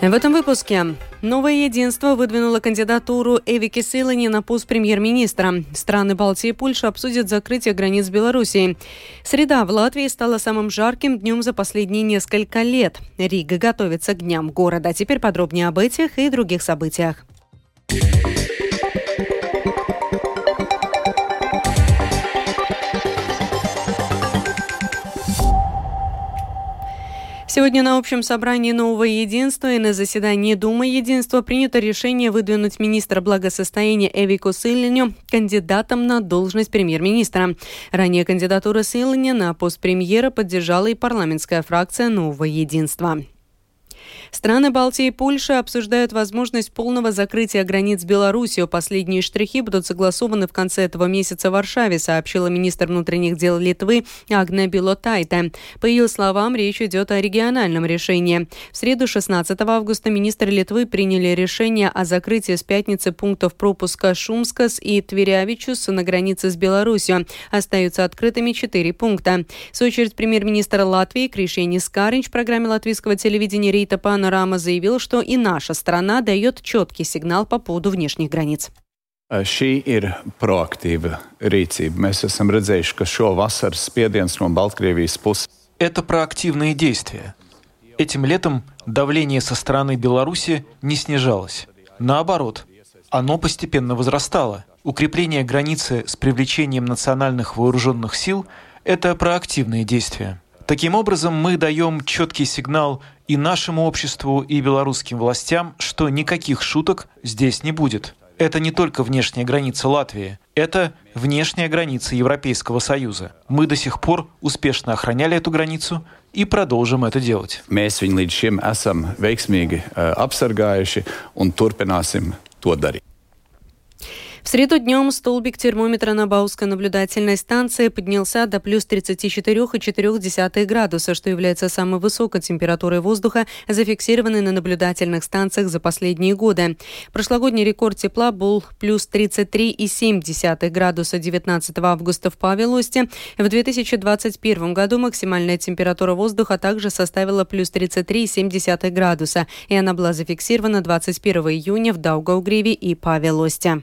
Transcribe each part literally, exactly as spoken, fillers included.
В этом выпуске «Новое единство» выдвинуло кандидатуру Эви Кисилини на пост премьер-министра. Страны Балтии и Польши обсудят закрытие границ с Белоруссией. Среда в Латвии стала самым жарким днем за последние несколько лет. Рига готовится к дням города. Теперь подробнее об этих и других событиях. Сегодня на общем собрании «Нового единства» и на заседании Думы единства принято решение выдвинуть министра благосостояния Эви Кисилиню кандидатом на должность премьер-министра. Ранее кандидатуру Силини на пост премьера поддержала и парламентская фракция «Нового единства». Страны Балтии и Польши обсуждают возможность полного закрытия границ с Белоруссией. Последние штрихи будут согласованы в конце этого месяца в Варшаве, сообщила министр внутренних дел Литвы Агне Билотайте. По ее словам, речь идет о региональном решении. В среду шестнадцатого августа министры Литвы приняли решение о закрытии с пятницы пунктов пропуска Шумскас и Тверявичус на границе с Белоруссией. Остаются открытыми четыре пункта. В свою очередь, премьер-министр Латвии Кришьянис Каринч в программе латвийского телевидения «Рита Панорама» заявил, что и наша страна дает четкий сигнал по поводу внешних границ. Šī ir proaktīva rīcība. Mēs esam redzējuši, ka šo vasaras spiediens no Baltkrievijas puses. Это проактивные действия. Этим летом давление со стороны Беларуси не снижалось. Наоборот, оно постепенно возрастало. Укрепление границы с привлечением национальных вооруженных сил – это проактивные действия. Таким образом, мы даем четкий сигнал и нашему обществу, и белорусским властям, что никаких шуток здесь не будет. Это не только внешняя граница Латвии, это внешняя граница Европейского Союза. Мы до сих пор успешно охраняли эту границу и продолжим это делать. Mēs viņu līdz šim esam veiksmīgi apsargājuši un turpināsim to darīt. В среду днем столбик термометра на Баусской наблюдательной станции поднялся до плюс тридцать четыре целых четыре десятых градуса, что является самой высокой температурой воздуха, зафиксированной на наблюдательных станциях за последние годы. Прошлогодний рекорд тепла был плюс тридцать три целых семь десятых градуса девятнадцатого августа в Павелосте. В две тысячи двадцать первом году максимальная температура воздуха также составила плюс тридцать три целых семь десятых градуса, и она была зафиксирована двадцать первого июня в Даугавгриве и Павелосте.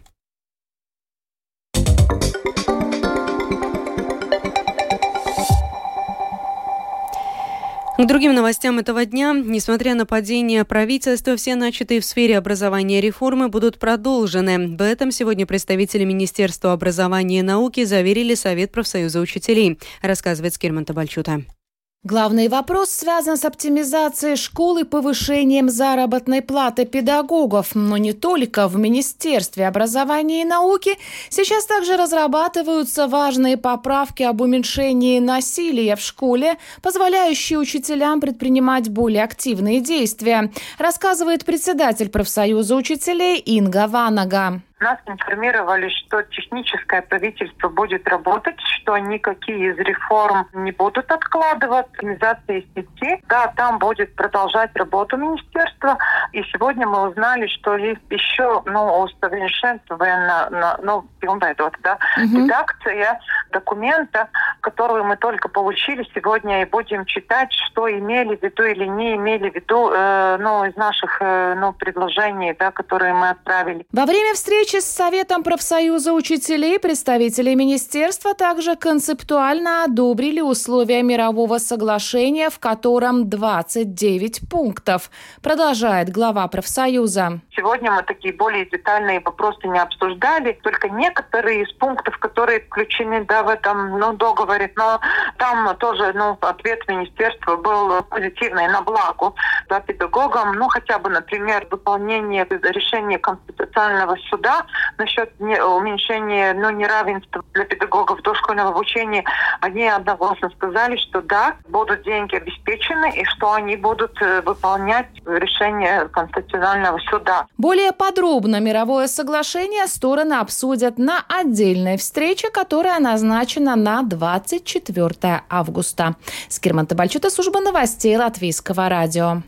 К другим новостям этого дня. Несмотря на падение правительства, все начатые в сфере образования реформы будут продолжены. В этом сегодня представители Министерства образования и науки заверили Совет профсоюза учителей, рассказывает Скирман Табальчута. Главный вопрос связан с оптимизацией школ и повышением заработной платы педагогов. Но не только. В Министерстве образования и науки сейчас также разрабатываются важные поправки об уменьшении насилия в школе, позволяющие учителям предпринимать более активные действия, рассказывает председатель профсоюза учителей Инга Ванага. Нас информировали, что техническое правительство будет работать, что никакие из реформ не будут откладывать. Организация сети, да, там будет продолжать работу министерства. И сегодня мы узнали, что есть еще, ну, усовершенствованная, ну, да, угу. редакция документа, которую мы только получили сегодня, и будем читать, что имели в виду или не имели в виду, э, ну, из наших, э, ну, предложений, да, которые мы отправили. Во время встречи с Советом профсоюза учителей представители министерства также концептуально одобрили условия мирового соглашения, в котором двадцать девять пунктов. Продолжает глава профсоюза. Сегодня мы такие более детальные вопросы не обсуждали, только некоторые из пунктов, которые включены, да, в этом, ну, договоре, но там тоже, ну, ответ министерства был позитивный, на благо, да, педагогам, ну, хотя бы, например, выполнение решения Конституционного суда насчет уменьшения, ну, неравенства для педагогов дошкольного обучения. Они одногласно сказали, что да, будут деньги обеспечены и что они будут выполнять решение Конституционного суда. Более подробно мировое соглашение стороны обсудят на отдельной встрече, которая назначена на двадцать четвёртого августа. Скирман Табальчута, служба новостей Латвийского радио.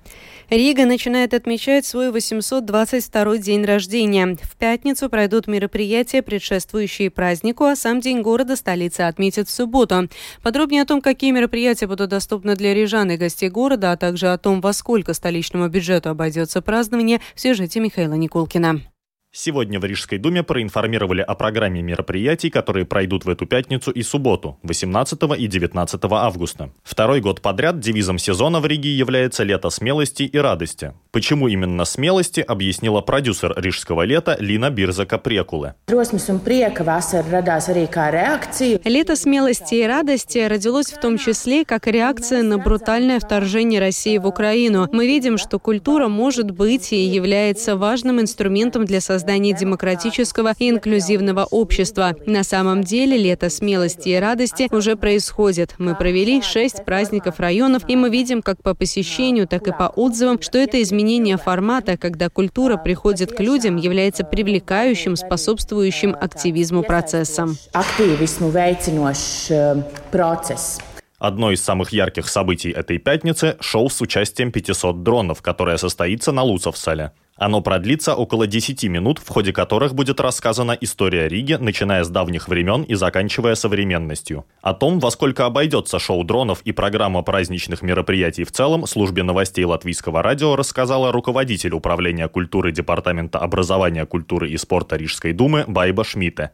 Рига начинает отмечать свой восемьсот двадцать второй день рождения. В пятницу пройдут мероприятия, предшествующие празднику, а сам День города столица отметит в субботу. Подробнее о том, какие мероприятия будут доступны для рижан и гостей города, а также о том, во сколько столичному бюджету обойдется празднование, в сюжете Михаила Никулкина. Сегодня в Рижской думе проинформировали о программе мероприятий, которые пройдут в эту пятницу и субботу, восемнадцатого и девятнадцатого августа. Второй год подряд девизом сезона в Риге является «Лето смелости и радости». Почему именно смелости, объяснила продюсер рижского лета Лина Бирзака-Прекуле. Лето смелости и радости родилось в том числе как реакция на брутальное вторжение России в Украину. Мы видим, что культура может быть и является важным инструментом для создания создания демократического и инклюзивного общества. На самом деле, лето смелости и радости уже происходит. Мы провели шесть праздников районов, и мы видим как по посещению, так и по отзывам, что это изменение формата, когда культура приходит к людям, является привлекающим, способствующим активизму процессом. Одно из самых ярких событий этой пятницы – шоу с участием пятисот дронов, которое состоится на Луцовсале. Оно продлится около десяти минут, в ходе которых будет рассказана история Риги, начиная с давних времен и заканчивая современностью. О том, во сколько обойдется шоу дронов и программа праздничных мероприятий в целом, службе новостей Латвийского радио рассказала руководитель управления культуры Департамента образования, культуры и спорта Рижской думы Байба Шмите.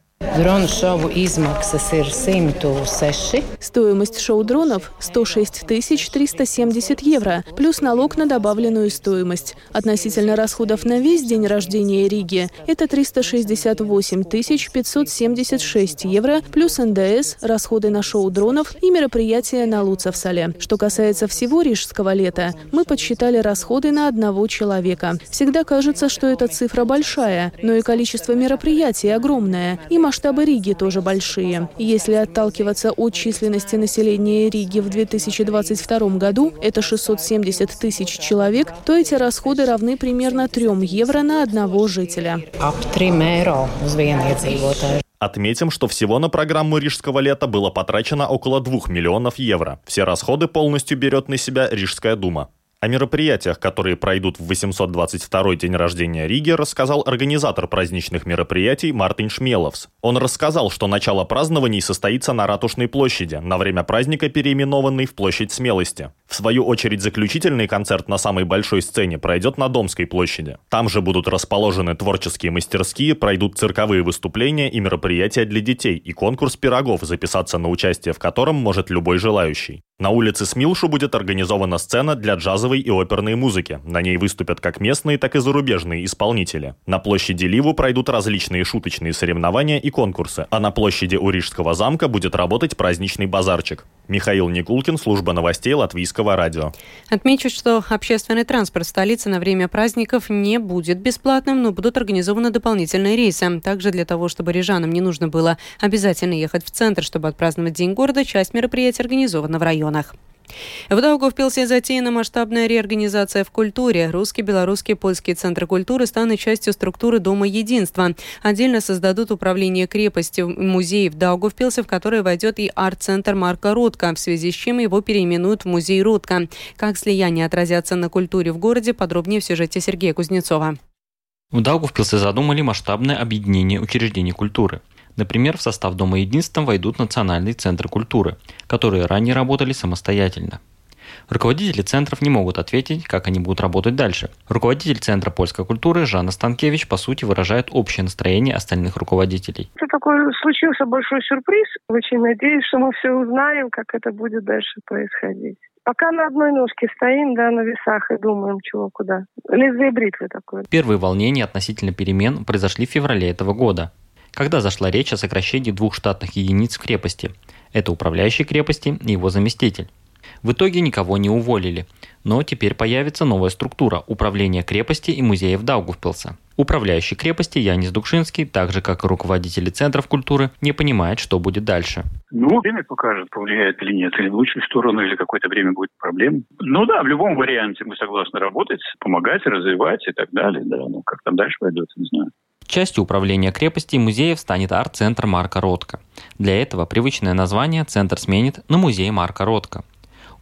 Стоимость шоу-дронов – сто шесть тысяч триста семьдесят евро, плюс налог на добавленную стоимость. Относительно расходов на весь день рождения Риги – это триста шестьдесят восемь тысяч пятьсот семьдесят шесть евро, плюс эн дэ эс, расходы на шоу-дронов и мероприятия на Луцовсале. Что касается всего рижского лета, мы подсчитали расходы на одного человека. Всегда кажется, что эта цифра большая, но и количество мероприятий огромное, и масштабы Риги тоже большие. Если отталкиваться от численности населения Риги в две тысячи двадцать втором году, это шестьсот семьдесят тысяч человек, то эти расходы равны примерно трем евро на одного жителя. Отметим, что всего на программу Рижского лета было потрачено около двух миллионов евро. Все расходы полностью берет на себя Рижская дума. О мероприятиях, которые пройдут в восемьсот двадцать второй день рождения Риги, рассказал организатор праздничных мероприятий Мартин Шмеловс. Он рассказал, что начало празднований состоится на Ратушной площади, на время праздника переименованной в Площадь Смелости. В свою очередь, заключительный концерт на самой большой сцене пройдет на Домской площади. Там же будут расположены творческие мастерские, пройдут цирковые выступления и мероприятия для детей, и конкурс пирогов, записаться на участие в котором может любой желающий. На улице Смилшу будет организована сцена для джазовой и оперной музыки. На ней выступят как местные, так и зарубежные исполнители. На площади Ливу пройдут различные шуточные соревнования и конкурсы, а на площади у Рижского замка будет работать праздничный базарчик. Михаил Никулкин, служба новостей Латвийского радио. Отмечу, что общественный транспорт столицы на время праздников не будет бесплатным, но будут организованы дополнительные рейсы. Также для того, чтобы рижанам не нужно было обязательно ехать в центр, чтобы отпраздновать День города, часть мероприятий организована в районах. В Даугавпилсе затеяна масштабная реорганизация в культуре. Русский, белорусский, польский центры культуры станут частью структуры Дома единства. Отдельно создадут управление крепостью музей в Даугавпилсе, в который войдет и арт-центр Марка Ротко, в связи с чем его переименуют в музей Ротко. Как слияния отразятся на культуре в городе, подробнее в сюжете Сергея Кузнецова. В Даугавпилсе задумали масштабное объединение учреждений культуры. Например, в состав Дома единства войдут национальные центры культуры, которые ранее работали самостоятельно. Руководители центров не могут ответить, как они будут работать дальше. Руководитель Центра польской культуры Жанна Станкевич, по сути, выражает общее настроение остальных руководителей. Это такой случился большой сюрприз. Очень надеюсь, что мы все узнаем, как это будет дальше происходить. Пока на одной ножке стоим, да, на весах и думаем, чего, куда. Лезвие бритвы такое. Первые волнения относительно перемен произошли в феврале этого года, когда зашла речь о сокращении двух штатных единиц в крепости. Это управляющий крепости и его заместитель. В итоге никого не уволили, но теперь появится новая структура – управление крепости и музеев Даугавпилса. Управляющий крепости Янис Дукшинский, так же как и руководители центров культуры, не понимает, что будет дальше. Ну, время покажет, повлияет или нет, или в лучшую сторону, или какое-то время будет проблем. Ну да, в любом варианте мы согласны работать, помогать, развивать и так далее. Да, ну как там дальше пойдет, не знаю. Частью управления крепости и музеев станет арт-центр Марка Ротко. Для этого привычное название центр сменит на музей Марка Ротко.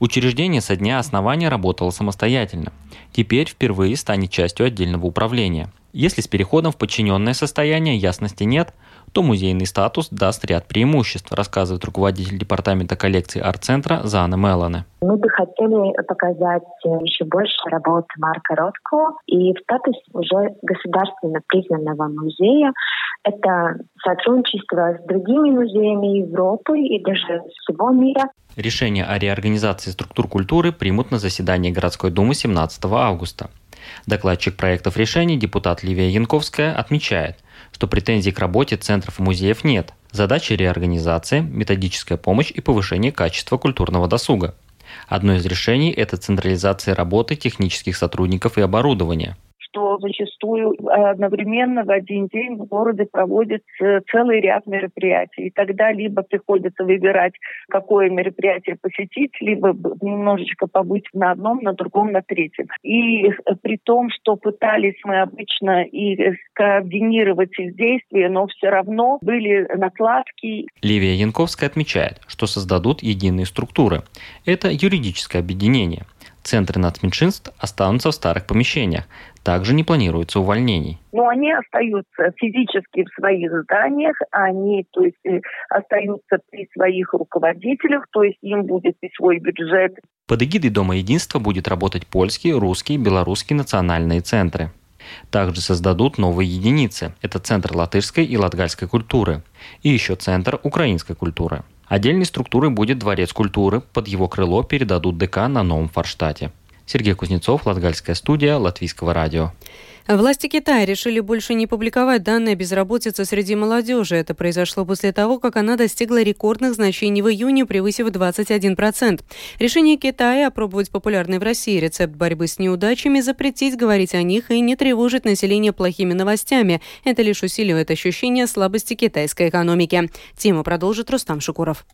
Учреждение со дня основания работало самостоятельно. Теперь впервые станет частью отдельного управления. Если с переходом в подчиненное состояние ясности нет, то музейный статус даст ряд преимуществ, рассказывает руководитель департамента коллекций арт-центра Зана Мелане. Мы бы хотели показать еще больше работы Марка Ротко и в статусе уже государственно признанного музея. Это сотрудничество с другими музеями Европы и даже всего мира. Решение о реорганизации структур культуры примут на заседании городской думы семнадцатого августа. Докладчик проектов решений, депутат Ливия Янковская, отмечает, что претензий к работе центров и музеев нет. Задача реорганизации, методическая помощь и повышение качества культурного досуга. Одно из решений – это централизация работы технических сотрудников и оборудования. Что зачастую одновременно в один день в городе проводится целый ряд мероприятий. И тогда либо приходится выбирать, какое мероприятие посетить, либо немножечко побыть на одном, на другом, на третьем. И при том, что пытались мы обычно и координировать их действия, но все равно были накладки. Ливия Янковская отмечает, что создадут единые структуры. Это юридическое объединение. Центры нацменьшинств останутся в старых помещениях. Также не планируется увольнений. Но они остаются физически в своих зданиях, они то есть, остаются при своих руководителях, то есть им будет и свой бюджет. Под эгидой Дома единства будет работать польские, русские, белорусские национальные центры. Также создадут новые единицы. Это Центр латышской и латгальской культуры. И еще Центр украинской культуры. Отдельной структурой будет Дворец культуры. Под его крыло передадут ДК на Новом Форштате. Сергей Кузнецов, Латгальская студия, Латвийского радио. Власти Китая решили больше не публиковать данные о безработице среди молодежи. Это произошло после того, как она достигла рекордных значений в июне, превысив двадцать один процент. Решение Китая опробовать популярный в России рецепт борьбы с неудачами, запретить говорить о них и не тревожить население плохими новостями. Это лишь усиливает ощущение слабости китайской экономики. Тему продолжит Рустам Шукуров.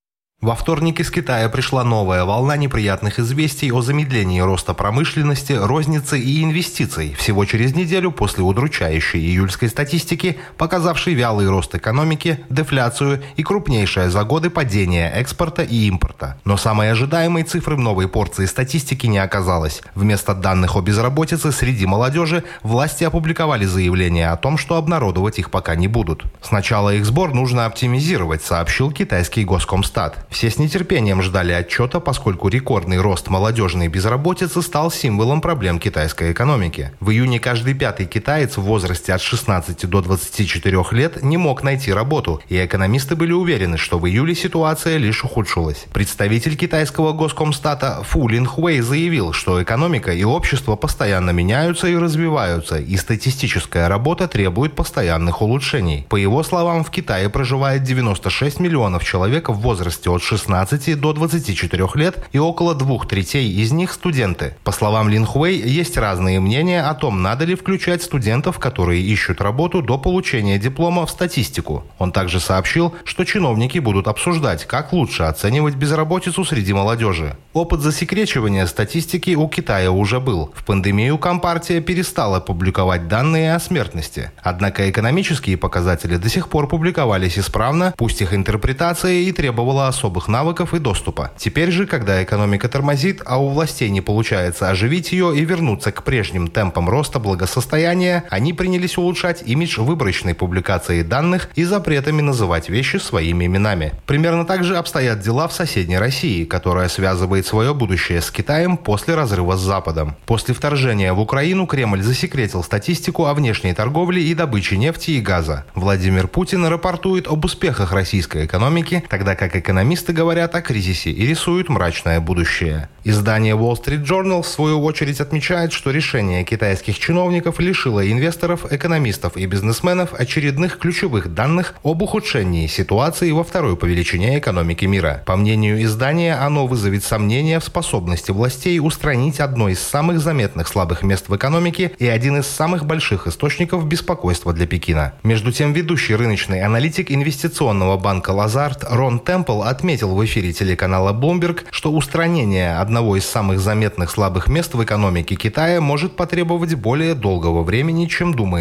Во вторник из Китая пришла новая волна неприятных известий о замедлении роста промышленности, розницы и инвестиций всего через неделю после удручающей июльской статистики, показавшей вялый рост экономики, дефляцию и крупнейшее за годы падение экспорта и импорта. Но самой ожидаемой цифры в новой порции статистики не оказалось. Вместо данных о безработице среди молодежи власти опубликовали заявление о том, что обнародовать их пока не будут. Сначала их сбор нужно оптимизировать, сообщил китайский Госкомстат. Все с нетерпением ждали отчета, поскольку рекордный рост молодежной безработицы стал символом проблем китайской экономики. В июне каждый пятый китаец в возрасте от шестнадцати до двадцати четырёх лет не мог найти работу, и экономисты были уверены, что в июле ситуация лишь ухудшилась. Представитель китайского Госкомстата Фу Линхуэй заявил, что экономика и общество постоянно меняются и развиваются, и статистическая работа требует постоянных улучшений. По его словам, в Китае проживает девяносто шесть миллионов человек в возрасте от шестнадцати до двадцати четырёх лет, и около двух третей из них студенты. По словам Линхуэй, есть разные мнения о том, надо ли включать студентов, которые ищут работу до получения диплома, в статистику. Он также сообщил, что чиновники будут обсуждать, как лучше оценивать безработицу среди молодежи. Опыт засекречивания статистики у Китая уже был. В пандемию Компартия перестала публиковать данные о смертности. Однако экономические показатели до сих пор публиковались исправно, пусть их интерпретация и требовала особых навыков и доступа. Теперь же, когда экономика тормозит, а у властей не получается оживить ее и вернуться к прежним темпам роста благосостояния, они принялись улучшать имидж выборочной публикации данных и запретами называть вещи своими именами. Примерно так же обстоят дела в соседней России, которая связывает свое будущее с Китаем после разрыва с Западом. После вторжения в Украину Кремль засекретил статистику о внешней торговле и добыче нефти и газа. Владимир Путин рапортует об успехах российской экономики, тогда как экономисты говорят о кризисе и рисуют мрачное будущее. Издание Wall Street Journal в свою очередь отмечает, что решение китайских чиновников лишило инвесторов, экономистов и бизнесменов очередных ключевых данных об ухудшении ситуации во второй по величине экономики мира. По мнению издания, оно вызовет сомнения в способности властей устранить одно из самых заметных слабых мест в экономике и один из самых больших источников беспокойства для Пекина. Между тем, ведущий рыночный аналитик инвестиционного банка Lazard Рон Темпл отметил в эфире телеканала Bloomberg, что устранение одного из самых заметных слабых мест в экономике Китая может потребовать более долгого времени, чем думается.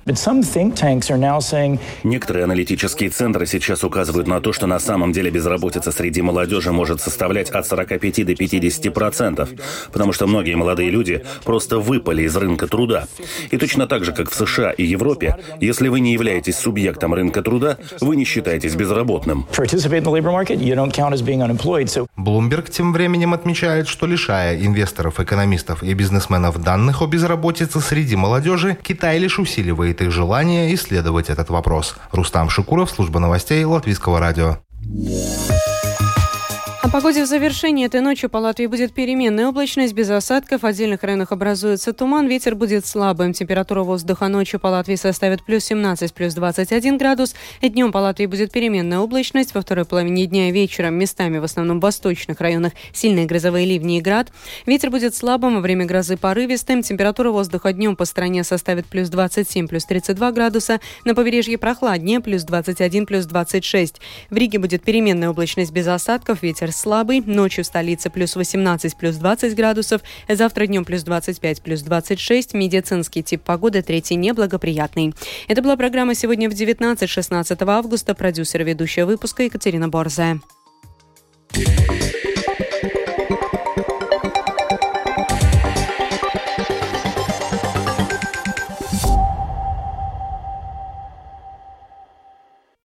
Некоторые аналитические центры сейчас указывают на то, что на самом деле безработица среди молодежи может составлять от сорока пяти до пятидесяти процентов, потому что многие молодые люди просто выпали из рынка труда. И точно так же, как в США и Европе, если вы не являетесь субъектом рынка труда, вы не считаетесь безработным. Bloomberg тем временем отмечает, что лишая инвесторов, экономистов и бизнесменов данных о безработице среди молодежи, Китай лишь усиливает их желание исследовать этот вопрос. Рустам Шукуров, служба новостей Латвийского радио. О погоде в завершении. Этой ночью по Латвии будет переменная облачность, без осадков. В отдельных районах образуется туман. Ветер будет слабым. Температура воздуха ночью по Латвии составит плюс семнадцать, плюс двадцать один градус. И днем по Латвии будет переменная облачность. Во второй половине дня и вечером местами, в основном в восточных районах, сильные грозовые ливни и град. Ветер будет слабым, во время грозы порывистым. Температура воздуха днем по стране составит плюс двадцать семь, плюс тридцать два градуса. На побережье прохладнее, плюс двадцать один, плюс двадцать шесть. В Риге будет переменная облачность без осадков. Ветер слабый. Ночью в столице плюс восемнадцать, плюс двадцать градусов. Завтра днем плюс двадцать пять, плюс двадцать шесть. Медицинский тип погоды третий неблагоприятный. Это была программа «Сегодня в девятнадцать» шестнадцатого августа. Продюсер и ведущая выпуска Екатерина Борзая.